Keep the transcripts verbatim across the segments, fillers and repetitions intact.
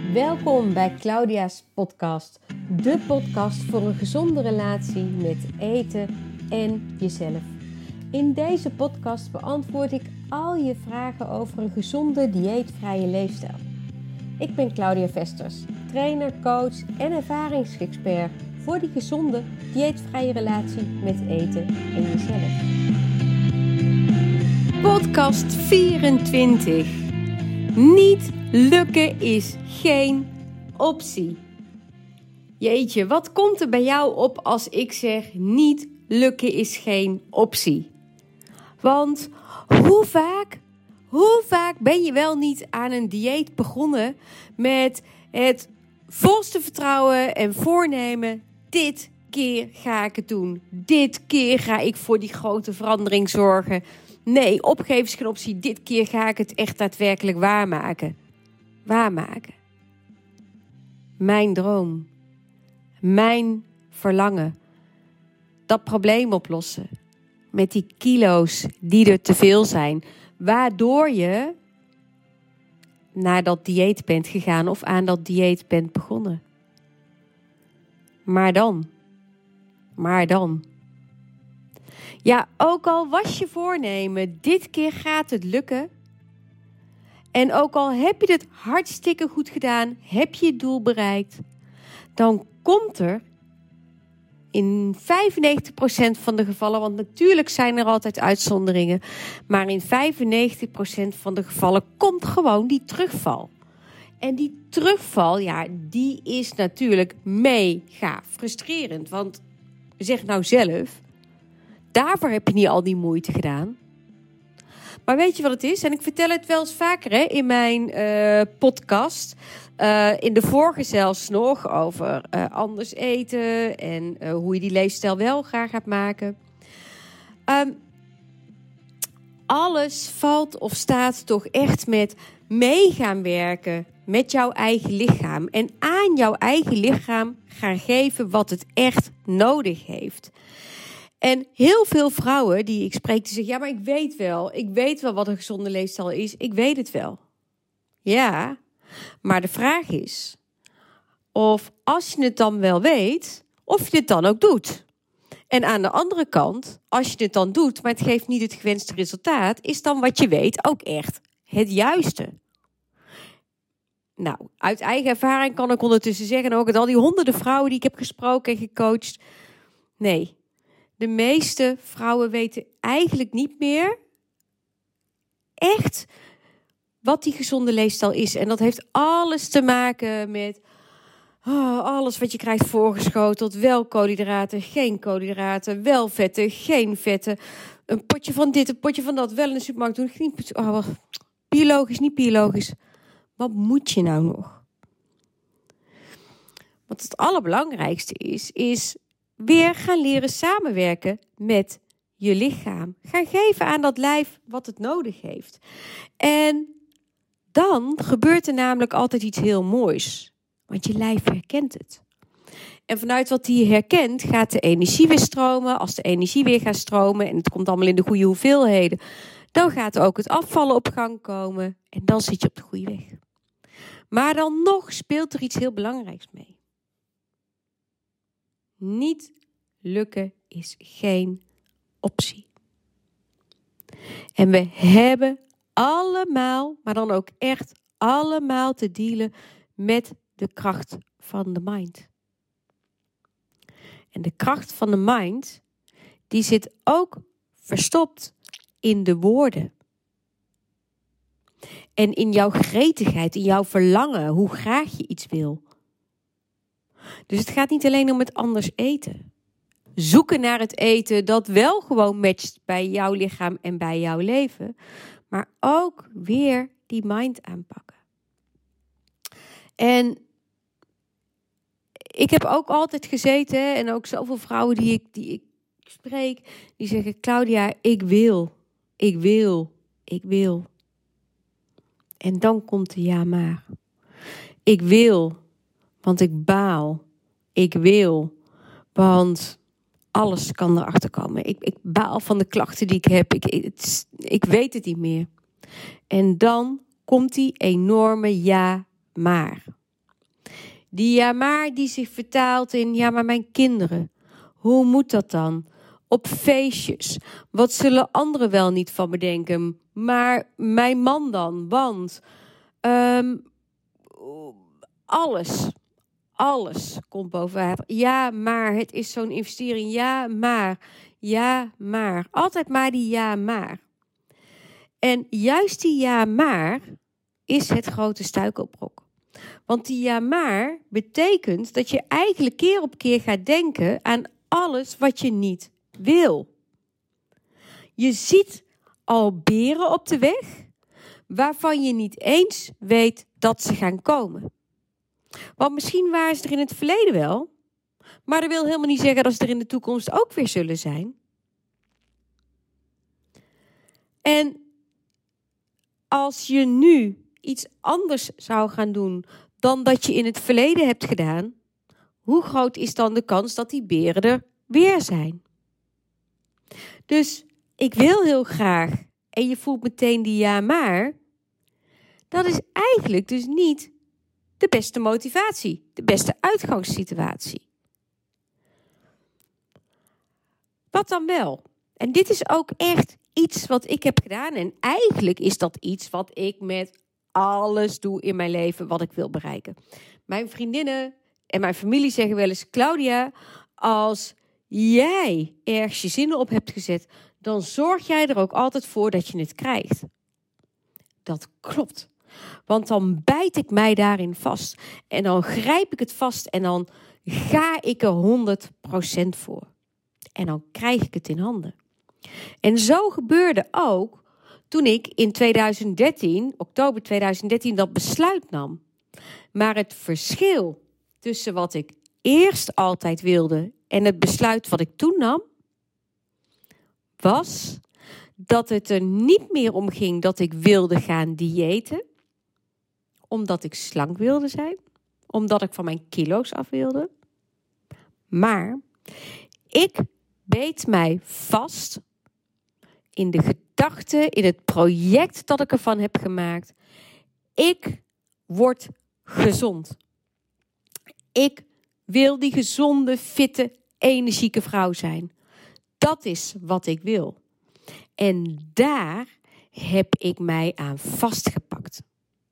Welkom bij Claudia's podcast. De podcast voor een gezonde relatie met eten en jezelf. In deze podcast beantwoord ik al je vragen over een gezonde, dieetvrije leefstijl. Ik ben Claudia Vesters, trainer, coach en ervaringsexpert voor die gezonde, dieetvrije relatie met eten en jezelf. Podcast vierentwintig. Niet lukken is geen optie. Jeetje, wat komt er bij jou op als ik zeg niet lukken is geen optie? Want hoe vaak, hoe vaak ben je wel niet aan een dieet begonnen met het volste vertrouwen en voornemen: dit keer ga ik het doen. Dit keer ga ik voor die grote verandering zorgen. Nee, opgeven is geen optie. Dit keer ga ik het echt daadwerkelijk waarmaken. Waarmaken. Mijn droom. Mijn verlangen. Dat probleem oplossen. Met die kilo's die er te veel zijn. Waardoor je naar dat dieet bent gegaan of aan dat dieet bent begonnen. Maar dan. Maar dan. Ja, ook al was je voornemen, dit keer gaat het lukken. En ook al heb je het hartstikke goed gedaan, heb je het doel bereikt, dan komt er in vijfennegentig procent van de gevallen, want natuurlijk zijn er altijd uitzonderingen, maar in vijfennegentig procent van de gevallen komt gewoon die terugval. En die terugval, ja, die is natuurlijk mega frustrerend. Want zeg nou zelf, daarvoor heb je niet al die moeite gedaan. Maar weet je wat het is? En ik vertel het wel eens vaker hè, in mijn uh, podcast. Uh, in de vorige zelfs nog over uh, anders eten. En uh, hoe je die leefstijl wel graag gaat maken. Um, alles valt of staat toch echt met mee gaan werken met jouw eigen lichaam. En aan jouw eigen lichaam gaan geven wat het echt nodig heeft. En heel veel vrouwen die ik spreek, die zeggen: ja, maar ik weet wel. Ik weet wel wat een gezonde leefstijl is. Ik weet het wel. Ja, maar de vraag is of als je het dan wel weet, of je het dan ook doet. En aan de andere kant, als je het dan doet, maar het geeft niet het gewenste resultaat, is dan wat je weet ook echt het juiste. Nou, uit eigen ervaring kan ik ondertussen zeggen, ook uit al die honderden vrouwen die ik heb gesproken en gecoacht, nee. De meeste vrouwen weten eigenlijk niet meer echt wat die gezonde leefstijl is. En dat heeft alles te maken met oh, alles wat je krijgt voorgeschoteld. Wel koolhydraten, geen koolhydraten. Wel vetten, geen vetten. Een potje van dit, een potje van dat. Wel in de supermarkt doen. Niet, oh, biologisch, niet biologisch. Wat moet je nou nog? Want het allerbelangrijkste is, is weer gaan leren samenwerken met je lichaam. Gaan geven aan dat lijf wat het nodig heeft. En dan gebeurt er namelijk altijd iets heel moois. Want je lijf herkent het. En vanuit wat hij herkent gaat de energie weer stromen. Als de energie weer gaat stromen en het komt allemaal in de goede hoeveelheden, dan gaat ook het afvallen op gang komen. En dan zit je op de goede weg. Maar dan nog speelt er iets heel belangrijks mee. Niet lukken is geen optie. En we hebben allemaal, maar dan ook echt allemaal te dealen met de kracht van de mind. En de kracht van de mind, die zit ook verstopt in de woorden. En in jouw gretigheid, in jouw verlangen, hoe graag je iets wil. Dus het gaat niet alleen om het anders eten. Zoeken naar het eten dat wel gewoon matcht bij jouw lichaam en bij jouw leven. Maar ook weer die mind aanpakken. En ik heb ook altijd gezeten, en ook zoveel vrouwen die ik, die ik spreek, die zeggen: Claudia, ik wil, ik wil, ik wil. En dan komt de ja maar. Ik wil, want ik baal. Ik wil, want alles kan erachter komen. Ik, ik baal van de klachten die ik heb. Ik, het, ik weet het niet meer. En dan komt die enorme ja maar. Die ja maar die zich vertaalt in ja maar mijn kinderen. Hoe moet dat dan? Op feestjes. Wat zullen anderen wel niet van me denken? Maar mijn man dan? Want um, alles, alles komt boven water. Ja, maar het is zo'n investering. Ja, maar. Ja, maar. Altijd maar die ja, maar. En juist die ja, maar is het grote struikelblok. Want die ja, maar betekent dat je eigenlijk keer op keer gaat denken aan alles wat je niet wil. Je ziet al beren op de weg waarvan je niet eens weet dat ze gaan komen. Want misschien waren ze er in het verleden wel, maar dat wil helemaal niet zeggen dat ze er in de toekomst ook weer zullen zijn. En als je nu iets anders zou gaan doen dan dat je in het verleden hebt gedaan, hoe groot is dan de kans dat die beren er weer zijn? Dus ik wil heel graag en je voelt meteen die ja maar, dat is eigenlijk dus niet de beste motivatie, de beste uitgangssituatie. Wat dan wel? En dit is ook echt iets wat ik heb gedaan en eigenlijk is dat iets wat ik met alles doe in mijn leven wat ik wil bereiken. Mijn vriendinnen en mijn familie zeggen wel eens, Claudia, als jij ergens je zinnen op hebt gezet, dan zorg jij er ook altijd voor dat je het krijgt. Dat klopt. Want dan bijt ik mij daarin vast. En dan grijp ik het vast en dan ga ik er honderd procent voor. En dan krijg ik het in handen. En zo gebeurde ook toen ik in tweeduizend dertien, oktober tweeduizend dertien, dat besluit nam. Maar het verschil tussen wat ik eerst altijd wilde en het besluit wat ik toen nam, was dat het er niet meer om ging dat ik wilde gaan diëten, omdat ik slank wilde zijn, omdat ik van mijn kilo's af wilde. Maar ik beet mij vast in de gedachte, in het project dat ik ervan heb gemaakt. Ik word gezond. Ik wil die gezonde, fitte, energieke vrouw zijn. Dat is wat ik wil. En daar heb ik mij aan vastgepakt.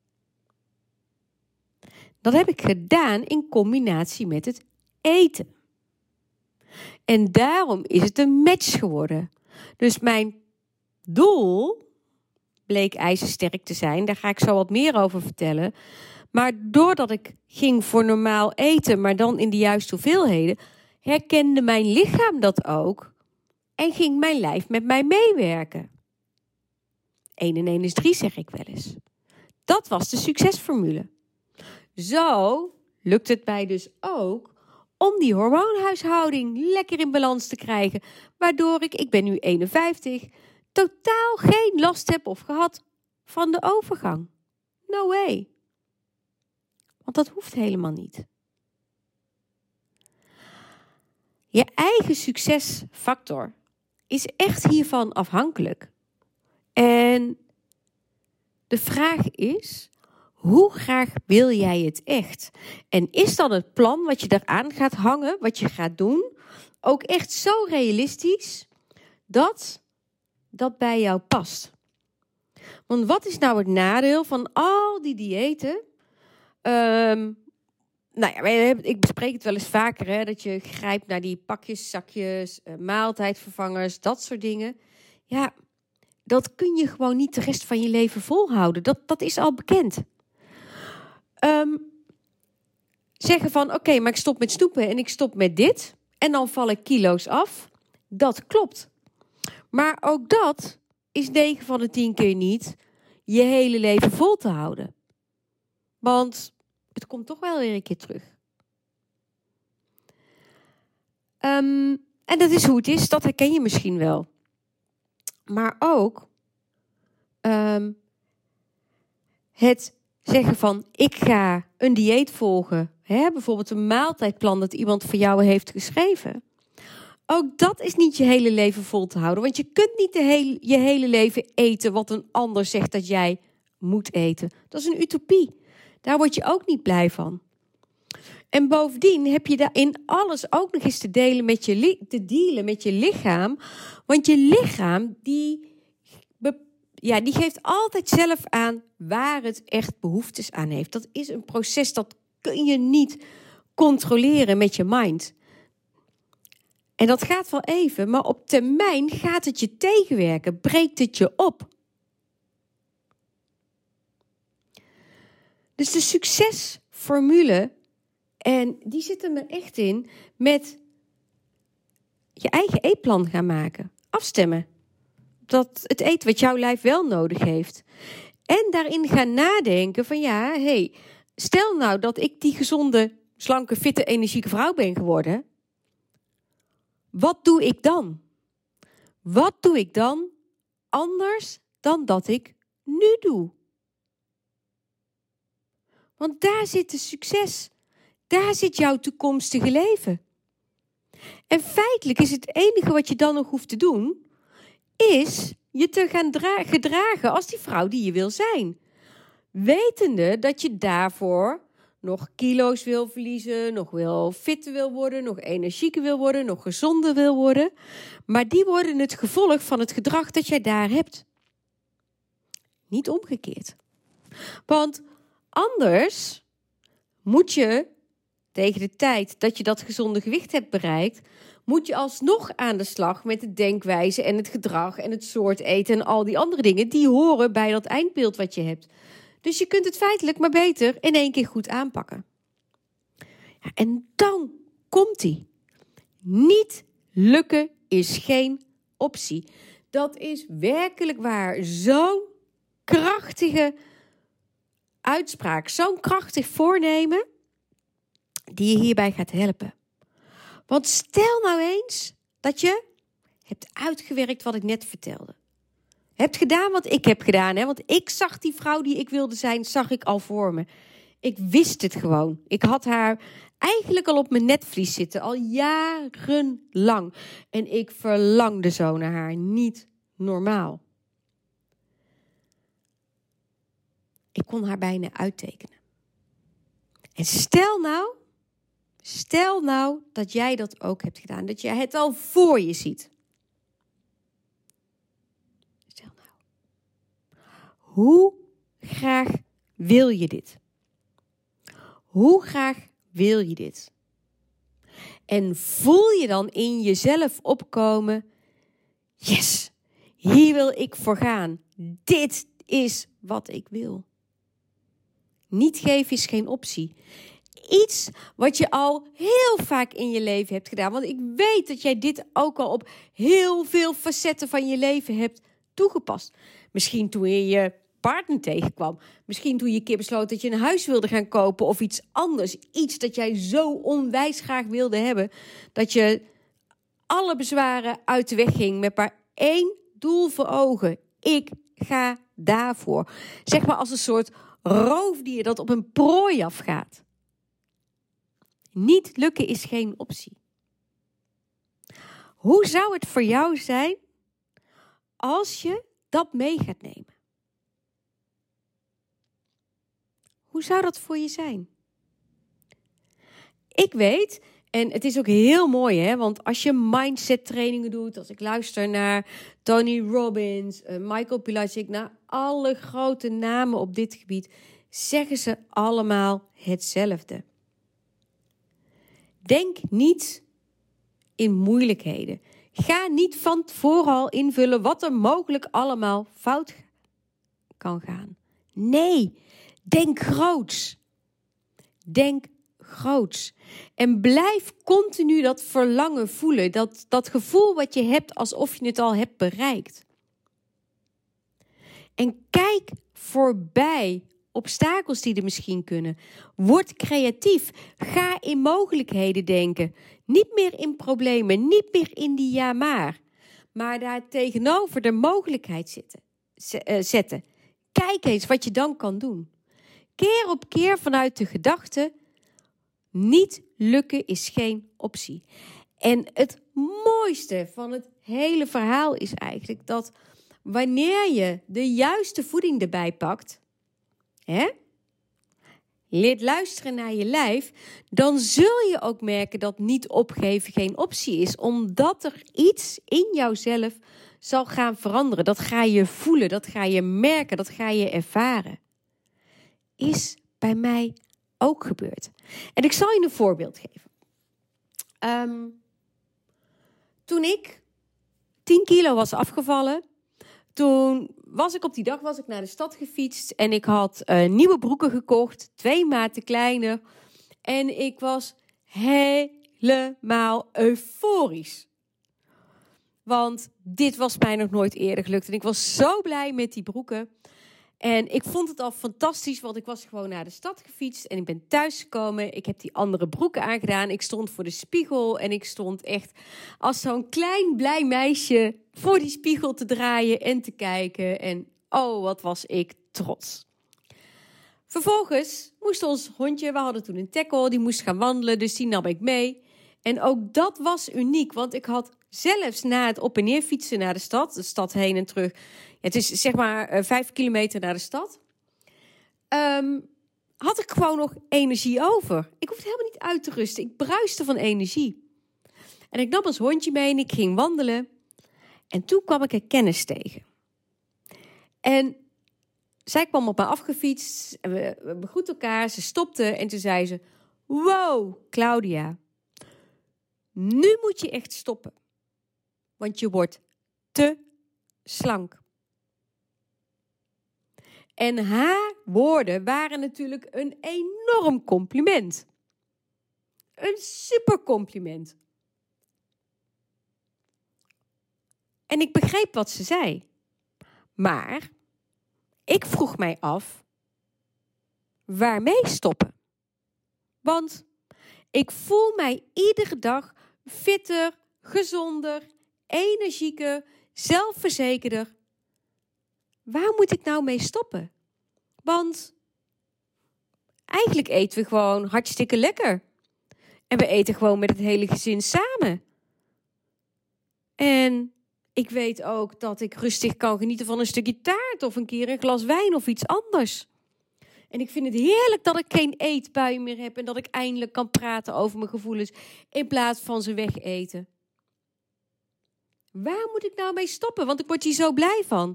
Dat heb ik gedaan in combinatie met het eten. En daarom is het een match geworden. Dus mijn doel bleek ijzersterk te zijn. Daar ga ik zo wat meer over vertellen. Maar doordat ik ging voor normaal eten, maar dan in de juiste hoeveelheden, herkende mijn lichaam dat ook. En ging mijn lijf met mij meewerken. één en één is drie, zeg ik wel eens. Dat was de succesformule. Zo lukt het mij dus ook om die hormoonhuishouding lekker in balans te krijgen. Waardoor ik, ik ben nu eenenvijftig, totaal geen last heb of gehad van de overgang. No way. Want dat hoeft helemaal niet. Je eigen succesfactor is echt hiervan afhankelijk. En de vraag is, hoe graag wil jij het echt? En is dan het plan wat je eraan gaat hangen, wat je gaat doen, ook echt zo realistisch dat dat bij jou past? Want wat is nou het nadeel van al die diëten? Um, nou ja, ik bespreek het wel eens vaker, hè, dat je grijpt naar die pakjes, zakjes, uh, maaltijdvervangers, dat soort dingen. Ja, dat kun je gewoon niet de rest van je leven volhouden. Dat, dat is al bekend. Um, zeggen van, oké, okay, maar ik stop met snoepen en ik stop met dit. En dan vallen kilo's af. Dat klopt. Maar ook dat is negen van de tien keer niet je hele leven vol te houden. Want het komt toch wel weer een keer terug. Um, en dat is hoe het is, dat herken je misschien wel. Maar ook um, het zeggen van, ik ga een dieet volgen. Hè, bijvoorbeeld een maaltijdplan dat iemand voor jou heeft geschreven. Ook dat is niet je hele leven vol te houden. Want je kunt niet de hele, je hele leven eten wat een ander zegt dat jij moet eten. Dat is een utopie. Daar word je ook niet blij van. En bovendien heb je daar in alles ook nog eens te delen met je li- te dealen met je lichaam. Want je lichaam, die, be- ja, die geeft altijd zelf aan waar het echt behoeftes aan heeft. Dat is een proces, dat kun je niet controleren met je mind. En dat gaat wel even, maar op termijn gaat het je tegenwerken, breekt het je op. Dus de succesformule, en die zit er echt in, met je eigen eetplan gaan maken. Afstemmen. Dat het eten wat jouw lijf wel nodig heeft. En daarin gaan nadenken van ja, hé, hey, stel nou dat ik die gezonde, slanke, fitte, energieke vrouw ben geworden. Wat doe ik dan? Wat doe ik dan anders dan dat ik nu doe? Want daar zit de succes. Daar zit jouw toekomstige leven. En feitelijk is het enige wat je dan nog hoeft te doen, is je te gaan dra- gedragen als die vrouw die je wil zijn. Wetende dat je daarvoor nog kilo's wil verliezen, nog wil fitter wil worden, nog energieker wil worden, nog gezonder wil worden. Maar die worden het gevolg van het gedrag dat jij daar hebt. Niet omgekeerd. Want anders moet je tegen de tijd dat je dat gezonde gewicht hebt bereikt, moet je alsnog aan de slag met de denkwijze en het gedrag en het soort eten en al die andere dingen die horen bij dat eindbeeld wat je hebt. Dus je kunt het feitelijk maar beter in één keer goed aanpakken. Ja, en dan komt-ie. Niet lukken is geen optie. Dat is werkelijk waar zo'n krachtige uitspraak, zo'n krachtig voornemen die je hierbij gaat helpen. Want stel nou eens dat je hebt uitgewerkt wat ik net vertelde. Hebt gedaan wat ik heb gedaan. Hè? Want ik zag die vrouw die ik wilde zijn, zag ik al voor me. Ik wist het gewoon. Ik had haar eigenlijk al op mijn netvlies zitten. Al jarenlang. En ik verlangde zo naar haar. Niet normaal. Ik kon haar bijna uittekenen. En stel nou, stel nou dat jij dat ook hebt gedaan. Dat jij het al voor je ziet. Stel nou. Hoe graag wil je dit? Hoe graag wil je dit? En voel je dan in jezelf opkomen, yes, hier wil ik voor gaan. Dit is wat ik wil. Niet geven is geen optie. Iets wat je al heel vaak in je leven hebt gedaan. Want ik weet dat jij dit ook al op heel veel facetten van je leven hebt toegepast. Misschien toen je je partner tegenkwam. Misschien toen je een keer besloot dat je een huis wilde gaan kopen of iets anders. Iets dat jij zo onwijs graag wilde hebben. Dat je alle bezwaren uit de weg ging met maar één doel voor ogen. Ik ga daarvoor. Zeg maar als een soort roofdier dat op een prooi afgaat. Niet lukken is geen optie. Hoe zou het voor jou zijn als je dat mee gaat nemen? Hoe zou dat voor je zijn? Ik weet, en het is ook heel mooi, hè, want als je mindset trainingen doet, als ik luister naar Tony Robbins, uh, Michael Pilacic, naar alle grote namen op dit gebied, zeggen ze allemaal hetzelfde. Denk niet in moeilijkheden. Ga niet van tevoren al invullen wat er mogelijk allemaal fout kan gaan. Nee, denk groots. Denk groots. En blijf continu dat verlangen voelen. Dat, dat gevoel wat je hebt alsof je het al hebt bereikt. En kijk voorbij obstakels die er misschien kunnen. Word creatief. Ga in mogelijkheden denken. Niet meer in problemen. Niet meer in die ja maar. Maar daar tegenover de mogelijkheid zitten, zetten. Kijk eens wat je dan kan doen. Keer op keer vanuit de gedachte, niet lukken is geen optie. En het mooiste van het hele verhaal is eigenlijk dat wanneer je de juiste voeding erbij pakt, hè, leert luisteren naar je lijf, dan zul je ook merken dat niet opgeven geen optie is. Omdat er iets in jouzelf zal gaan veranderen. Dat ga je voelen, dat ga je merken, dat ga je ervaren. Is bij mij ook gebeurd. En ik zal je een voorbeeld geven. Um, toen ik tien kilo was afgevallen, toen was ik op die dag was ik naar de stad gefietst en ik had uh, nieuwe broeken gekocht, twee maten kleiner. En ik was helemaal euforisch. Want dit was mij nog nooit eerder gelukt. En ik was zo blij met die broeken. En ik vond het al fantastisch, want ik was gewoon naar de stad gefietst en ik ben thuisgekomen. Ik heb die andere broeken aangedaan. Ik stond voor de spiegel en ik stond echt als zo'n klein blij meisje voor die spiegel te draaien en te kijken. En oh, wat was ik trots. Vervolgens moest ons hondje, we hadden toen een tackle, die moest gaan wandelen, dus die nam ik mee. En ook dat was uniek, want ik had zelfs na het op en neer fietsen naar de stad, de stad heen en terug. Het is zeg maar uh, vijf kilometer naar de stad. Um, had ik gewoon nog energie over. Ik hoefde helemaal niet uit te rusten. Ik bruiste van energie. En ik nam ons hondje mee en ik ging wandelen. En toen kwam ik een kennis tegen. En zij kwam op me afgefietst. En we, we begroetten elkaar. Ze stopte en toen zei ze: wow, Claudia. Nu moet je echt stoppen. Want je wordt te slank. En haar woorden waren natuurlijk een enorm compliment. Een super compliment. En ik begreep wat ze zei. Maar ik vroeg mij af, waarmee stoppen? Want ik voel mij iedere dag fitter, gezonder, energieker, zelfverzekerder. Waar moet ik nou mee stoppen? Want eigenlijk eten we gewoon hartstikke lekker. En we eten gewoon met het hele gezin samen. En ik weet ook dat ik rustig kan genieten van een stukje taart of een keer een glas wijn of iets anders. En ik vind het heerlijk dat ik geen eetbui meer heb en dat ik eindelijk kan praten over mijn gevoelens in plaats van ze wegeten. Waar moet ik nou mee stoppen? Want ik word hier zo blij van.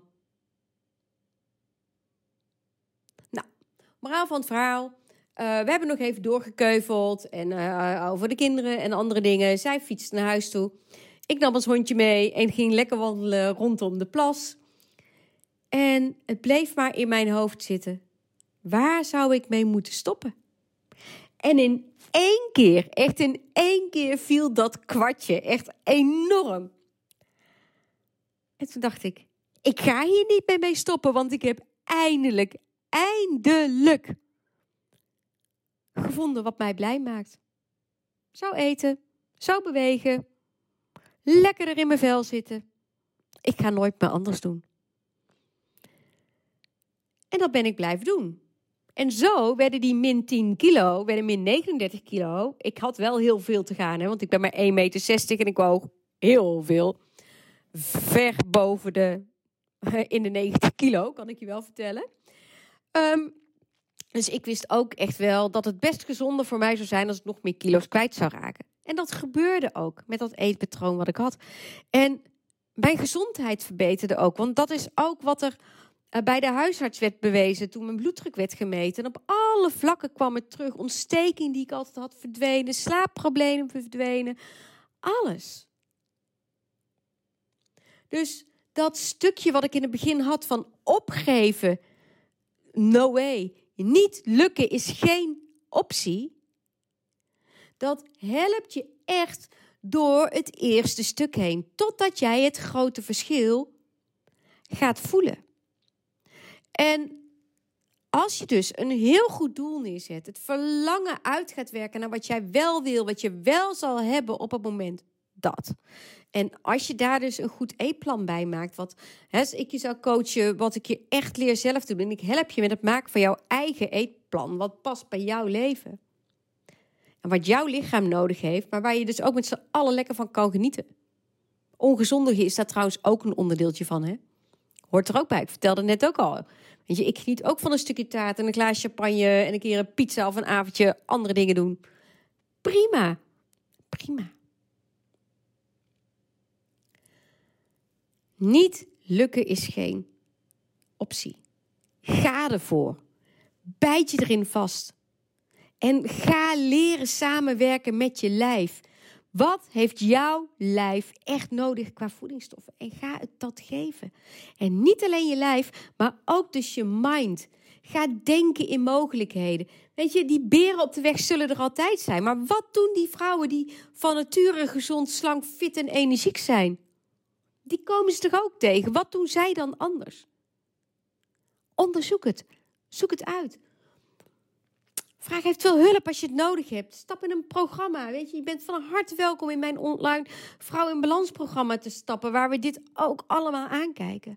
Nou, moraal van het verhaal. Uh, we hebben nog even doorgekeuveld en uh, over de kinderen en andere dingen. Zij fietste naar huis toe. Ik nam ons hondje mee en ging lekker wandelen rondom de plas. En het bleef maar in mijn hoofd zitten. Waar zou ik mee moeten stoppen? En in één keer, echt in één keer viel dat kwartje. Echt enorm. En toen dacht ik, ik ga hier niet mee, mee stoppen, want ik heb eindelijk, eindelijk gevonden wat mij blij maakt. Zo eten, zo bewegen, lekkerder in mijn vel zitten. Ik ga nooit meer anders doen. En dat ben ik blijven doen. En zo werden die min tien kilo, werden min negenendertig kilo. Ik had wel heel veel te gaan, hè, want ik ben maar één meter zestig en ik woog heel veel. Ver boven de, in de negentig kilo, kan ik je wel vertellen. Um, dus ik wist ook echt wel dat het best gezonder voor mij zou zijn als ik nog meer kilo's kwijt zou raken. En dat gebeurde ook met dat eetpatroon wat ik had. En mijn gezondheid verbeterde ook, want dat is ook wat er uh, bij de huisarts werd bewezen toen mijn bloeddruk werd gemeten. En op alle vlakken kwam het terug. Ontsteking die ik altijd had verdwenen, slaapproblemen verdwenen, alles. Dus dat stukje wat ik in het begin had van opgeven, no way, niet lukken is geen optie. Dat helpt je echt door het eerste stuk heen. Totdat jij het grote verschil gaat voelen. En als je dus een heel goed doel neerzet, het verlangen uit gaat werken naar wat jij wel wil, wat je wel zal hebben op het moment dat. En als je daar dus een goed eetplan bij maakt, wat hè, als ik je zou coachen, wat ik je echt leer zelf te doen, en ik help je met het maken van jouw eigen eetplan, wat past bij jouw leven. En wat jouw lichaam nodig heeft, maar waar je dus ook met z'n allen lekker van kan genieten. Ongezondig is daar trouwens ook een onderdeeltje van, hè? Hoort er ook bij. Ik vertelde net ook al. Weet je, ik geniet ook van een stukje taart en een glaas champagne en een keer een pizza of een avondje andere dingen doen. Prima. Prima. Niet lukken is geen optie. Ga ervoor. Bijt je erin vast. En ga leren samenwerken met je lijf. Wat heeft jouw lijf echt nodig qua voedingsstoffen? En ga het dat geven. En niet alleen je lijf, maar ook dus je mind. Ga denken in mogelijkheden. Weet je, die beren op de weg zullen er altijd zijn. Maar wat doen die vrouwen die van nature gezond, slank, fit en energiek zijn? Die komen ze toch ook tegen? Wat doen zij dan anders? Onderzoek het. Zoek het uit. Vraag eventueel hulp als je het nodig hebt. Stap in een programma. Weet je, je bent van harte welkom in mijn online Vrouw in Balans programma te stappen, waar we dit ook allemaal aankijken.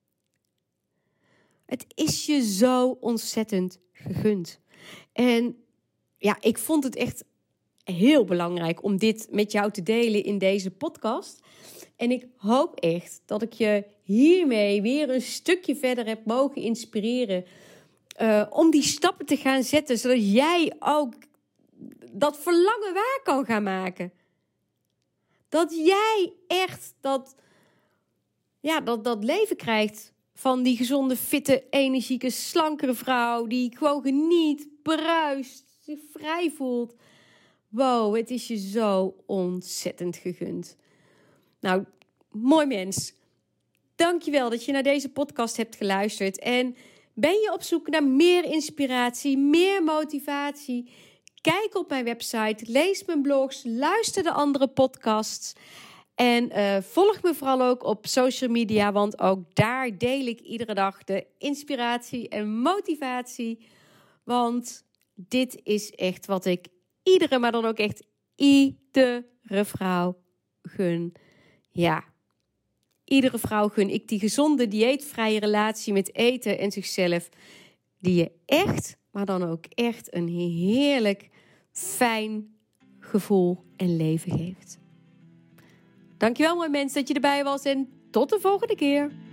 Het is je zo ontzettend gegund. En ja, ik vond het echt heel belangrijk om dit met jou te delen in deze podcast. En ik hoop echt dat ik je hiermee weer een stukje verder heb mogen inspireren. Uh, om die stappen te gaan zetten, zodat jij ook dat verlangen waar kan gaan maken. Dat jij echt dat, ja, dat, dat leven krijgt van die gezonde, fitte, energieke, slankere vrouw die gewoon geniet, bruist, zich vrij voelt. Wow, het is je zo ontzettend gegund. Nou, mooi mens. Dankjewel dat je naar deze podcast hebt geluisterd. En ben je op zoek naar meer inspiratie, meer motivatie? Kijk op mijn website, lees mijn blogs, luister de andere podcasts. En uh, volg me vooral ook op social media, want ook daar deel ik iedere dag de inspiratie en motivatie. Want dit is echt wat ik iedere, maar dan ook echt iedere vrouw gun. Ja, iedere vrouw gun ik die gezonde, dieetvrije relatie met eten en zichzelf. Die je echt, maar dan ook echt een heerlijk, fijn gevoel en leven geeft. Dankjewel mooi mens dat je erbij was en tot de volgende keer.